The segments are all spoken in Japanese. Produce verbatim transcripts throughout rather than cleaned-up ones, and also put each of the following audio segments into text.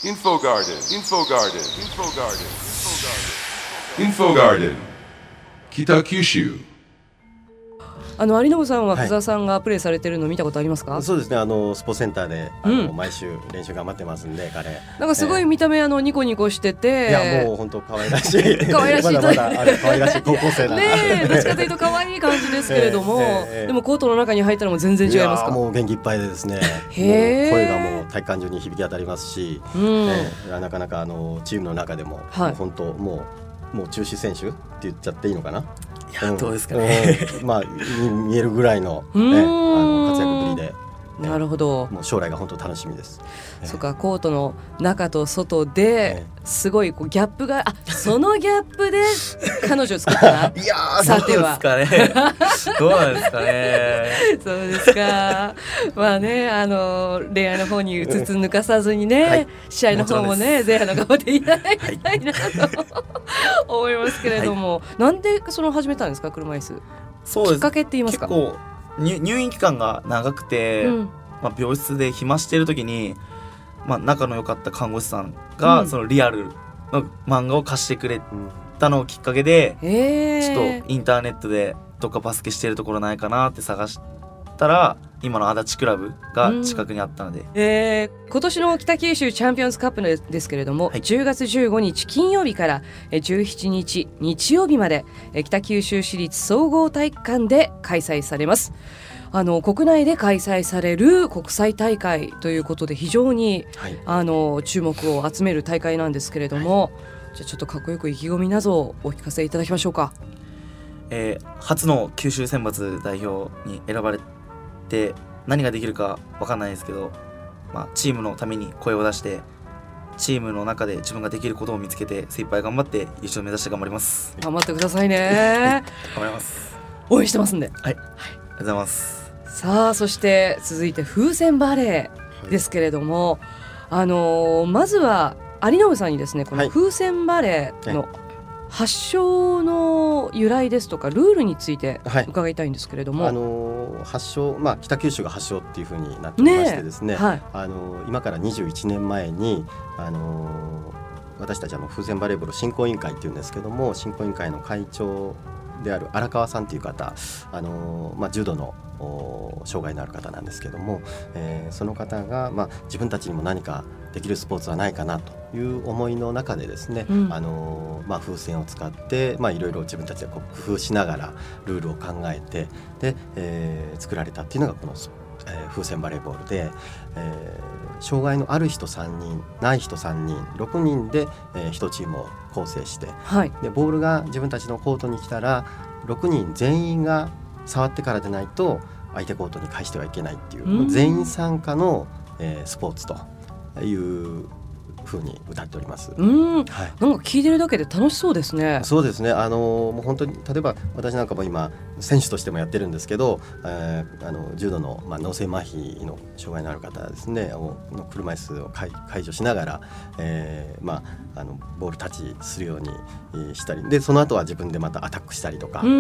Info Garden, Info Garden, Info Garden, Info Garden, Kita Kyushu。 あの有信さんは福澤さんがプレーされてるの見たことありますか？ はい、そうですね、あのスポーツセンターであの、うん、毎週練習頑張ってますんで、彼なんかすごい見た目、えー、あのニコニコしてて、 いやもう本当可愛らしい可愛らしいまだまだあれ可愛らしい高校生だねえ、どっちかというと可愛い感じですけれども、えーえー、でもコートの中に入ったらもう全然違いますか？ いやもう元気いっぱいでですね、 へー、 声がもう体育館中に響き当たりますし、うん、えー、なかなかあのチームの中でも、はい、本当もうもう中止選手って言っちゃっていいのかな。 いや、うん、どうですかね、 うん、まあ見えるぐらいの、ね、あの活躍ぶりで、 なるほど、 もう将来が本当楽しみです。 そうか、コートの中と外ですごいこうギャップが、あ、そのギャップで彼女を作ったな。 いやー、さてはどうですかねどうなんですかねそうですか。まあね、あの恋愛の方にうつつ抜かさずにね、はい、試合の方もね前半の頑張っていただきたいなと、はい、思いますけれども、はい、なんでその始めたんですか、車椅子。 そうです、 きっかけって言いますか？ 結構入院期間が長くて、うん、まあ、病室で暇している時に、まあ、仲の良かった看護師さんが、うん、そのリアルの漫画を貸してくれたのをきっかけで、うん、ちょっとインターネットでどっかバスケしてるところないかなって探したら、今の足立クラブが近くにあったので、うん、 えー、今年の北九州チャンピオンズカップですけれども、はい、じゅうがつじゅうごにち金曜日からじゅうしちにち日曜日まで北九州市立総合体育館で開催されます。あの国内で開催される国際大会ということで非常に、はい、あの注目を集める大会なんですけれども、はい、じゃあちょっとかっこよく意気込みなどをお聞かせいただきましょうか。 えー、初の九州選抜代表に選ばれて何ができるか分かんないですけど、まあ、チームのために声を出してチームの中で自分ができることを見つけて精一杯頑張って優勝を目指して頑張ります。 頑張ってくださいね、はい、 頑張ります。 応援してますんで、 はい、はい、ありがとうございます。 さあ、そして続いて風船バレーですけれども、はい、あのー、まずは有信さんにですね、この風船バレーの発祥の由来ですとかルールについて伺いたいんですけれども、 はい、あのー、発祥、まあ、北九州が発祥っていう風になっておりましてですね、はい、あのー、今からにじゅういちねんまえに、あのー、私たちあの風船バレーボール振興委員会っていうんですけども、振興委員会の会長である荒川さんという方、あのーまあ、重度の障害のある方なんですけども、えー、その方が、まあ、自分たちにも何かできるスポーツはないかなという思いの中でですね、うん、あのーまあ、風船を使って、まあ、いろいろ自分たちでこう工夫しながらルールを考えてで、えー、作られたっていうのがこの、えー、風船バレーボールで、えー、障害のある人さんにんない人さんにんろくにんで、えー、いちチームを構成して、はい、でボールが自分たちのコートに来たらろくにん全員が触ってからでないと相手コートに返してはいけないっていう、うん、全員参加の、えー、スポーツという風に歌っております。 うん、はい、なんか聞いてるだけで楽しそうですね。 そうですね、あのもう本当に例えば私なんかも今選手としてもやってるんですけど、えー、あの重度の、まあ、脳性麻痺の障害のある方ですねの車椅子を解除しながら、えーまあ、あのボールタッチするようにしたりで、その後は自分でまたアタックしたりとか、うん、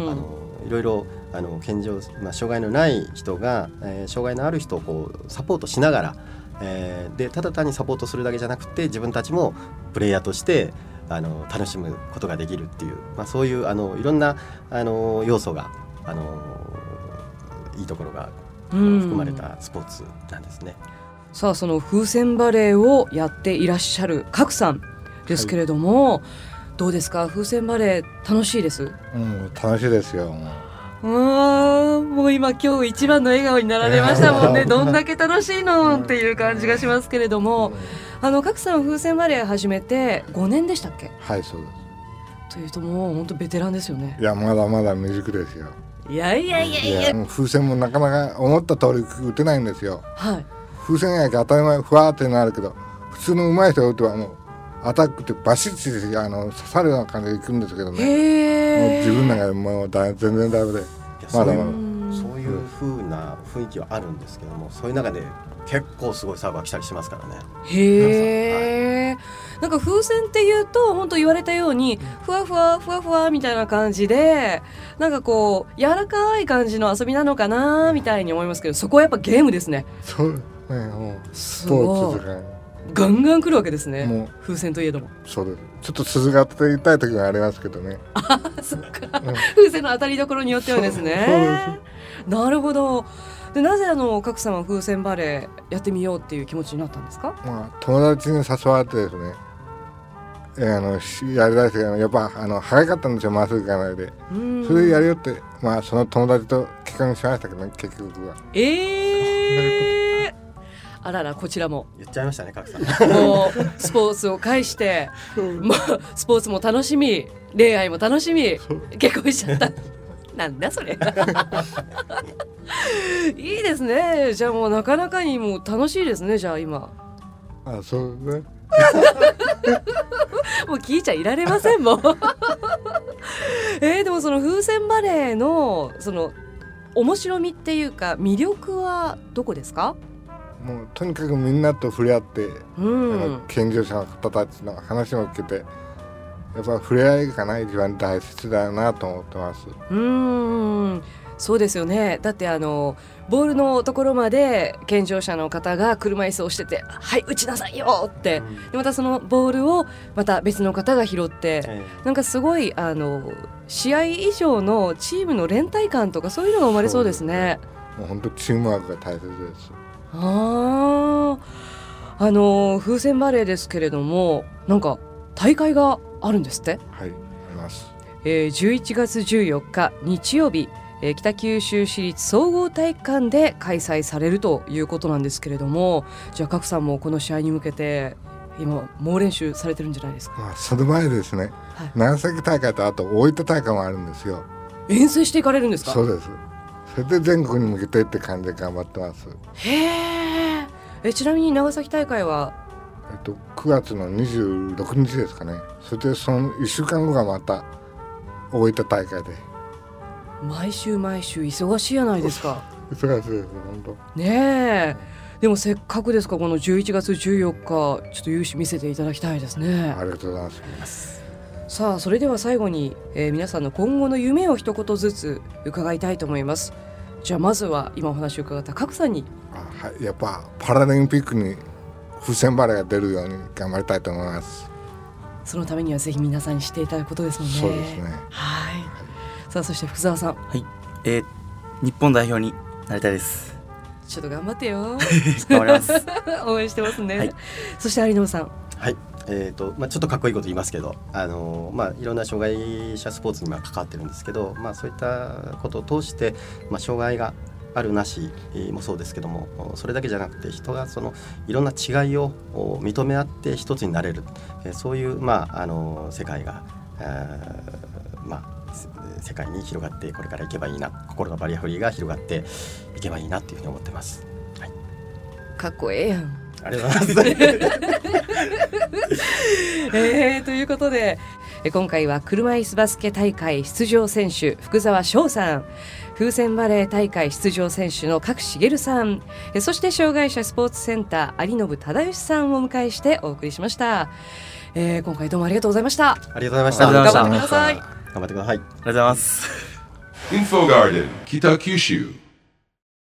はい、あのいろいろあの健常、まあ、障害のない人が、えー、障害のある人をこうサポートしながら、えー、でただ単にサポートするだけじゃなくて自分たちもプレイヤーとしてあの楽しむことができるっていう、まあ、そういうあのいろんなあの要素があのいいところが含まれたスポーツなんですね。 さあ、その風船バレーをやっていらっしゃる賀来さんですけれども、はい、どうですか、風船バレー楽しいです？ うん、楽しいですよ。 うーん、もう今今日一番の笑顔になられましたもんね。どんだけ楽しいのっていう感じがしますけれども、あの賀来さん風船バレー始めてごねんでしたっけ？ はい、そうです。 というともう本当ベテランですよね。 いや、まだまだ未熟ですよ。 いやいやいやいや、いや風船もなかなか思った通り打てないんですよ。はい、風船が当たり前ふわーってなるけど、普通の上手い人が打てばもうアタックってバシッてあの刺さるような感じでいくんですけどね、もう自分なんかもうだ全然ダメで、まだまだそういう風な雰囲気はあるんですけども、そういう中で結構すごいサーブが来たりしますからね。 へー、はい、なんか風船っていうと本当言われたようにふわふわふわふわみたいな感じで、なんかこう柔らかい感じの遊びなのかなみたいに思いますけど、そこはやっぱゲームですね。 そうね、もうスポーツとかガンガン来るわけですね。もう風船といえども。 そうです。ちょっと鈴が当てたい時がありますけどね。 あ、そっか、うん、風船の当たりどころによってはですね。なるほど。でなぜあの賀来さんは風船バレーやってみようっていう気持ちになったんですか？ まあ、友達に誘われてですね、えー、あのやりだしてやっぱあの早かったんですよ、まっすぐ行かないで。それでやるよって、まあ、その友達と結婚しましたけどね、結局は。 えーあらら、こちらも言っちゃいましたね、賀来さん。 もうスポーツを介して、もうスポーツも楽しみ、恋愛も楽しみ、結婚しちゃったなんだそれいいですね。じゃあもうなかなかにもう楽しいですね。じゃあ今あ、そうねもう聞いちゃいられませんもんえー、でもその風船バレーのその面白みっていうか魅力はどこですか？ もうとにかくみんなと触れ合って、うん、あの健常者の方たちの話も聞けて、やっぱ触れ合いがない一番大切だなと思ってます。 うーん、そうですよね。だってあのボールのところまで健常者の方が車椅子を押してて、はい打ちなさいよって、うん、でまたそのボールをまた別の方が拾って、ええ、なんかすごいあの試合以上のチームの連帯感とかそういうのが生まれそうですね。 もう本当チームワークが大切です。 ああの風船バレーですけれども、なんか大会があるんですって？ はい、あります。 えー、じゅういちがつじゅうよっか日曜日、えー、北九州市立総合体育館で開催されるということなんですけれども、じゃあ賀来さんもこの試合に向けて今猛練習されてるんじゃないですか？ まあ、その前ですね、はい、長崎大会とあと大分大会もあるんですよ。 遠征していかれるんですか？ そうです。それで全国に向けてって感じで頑張ってます。 へえ。ちなみに長崎大会は、 えっと、くがつのにじゅうろくにちですかね。それでそのいっしゅうかんごがまた大分大会で。 毎週毎週忙しいやないですか。 忙しいです本当。 ねえ。でもせっかくですからこのじゅういちがつじゅうよっかちょっと勇姿見せていただきたいですね。 ありがとうございます。 さあそれでは最後に、えー、皆さんの今後の夢を一言ずつ伺いたいと思います。じゃあまずは今お話を伺った賀来さんに。 あ、はい、やっぱパラリンピックに風船バレーが出るように頑張りたいと思います。 そのためにはぜひ皆さんにしていただくことですもんね。 そうですね。 はい、はい、さあそして福澤さん。 はい、えー、日本代表になりたいです。 ちょっと頑張ってよ頑張ります応援してますね、 はい、 そして有野さん。 はい、えーとまあ、ちょっとかっこいいこと言いますけど、あのーまあ、いろんな障害者スポーツに関わってるんですけど、まあ、そういったことを通して、まあ、障害があるなしもそうですけども、それだけじゃなくて人がそのいろんな違いを認め合って一つになれる、そういう、まあ、あの世界が、まあ、世界に広がってこれからいけばいいな、心のバリアフリーが広がっていけばいいなというふうに思ってます、はい、 かっこええやん。 ありがとうございますえー、ということで今回は車椅子バスケ大会出場選手福澤翔さん、風船バレー大会出場選手の賀来茂さん、そして障害者スポーツセンター有信忠義さんをお迎えしてお送りしました、えー、今回どうもありがとうございました。 ありがとうございました。 頑張ってください。 頑張ってください。ありがとうございます。 インフォガーデン北九州。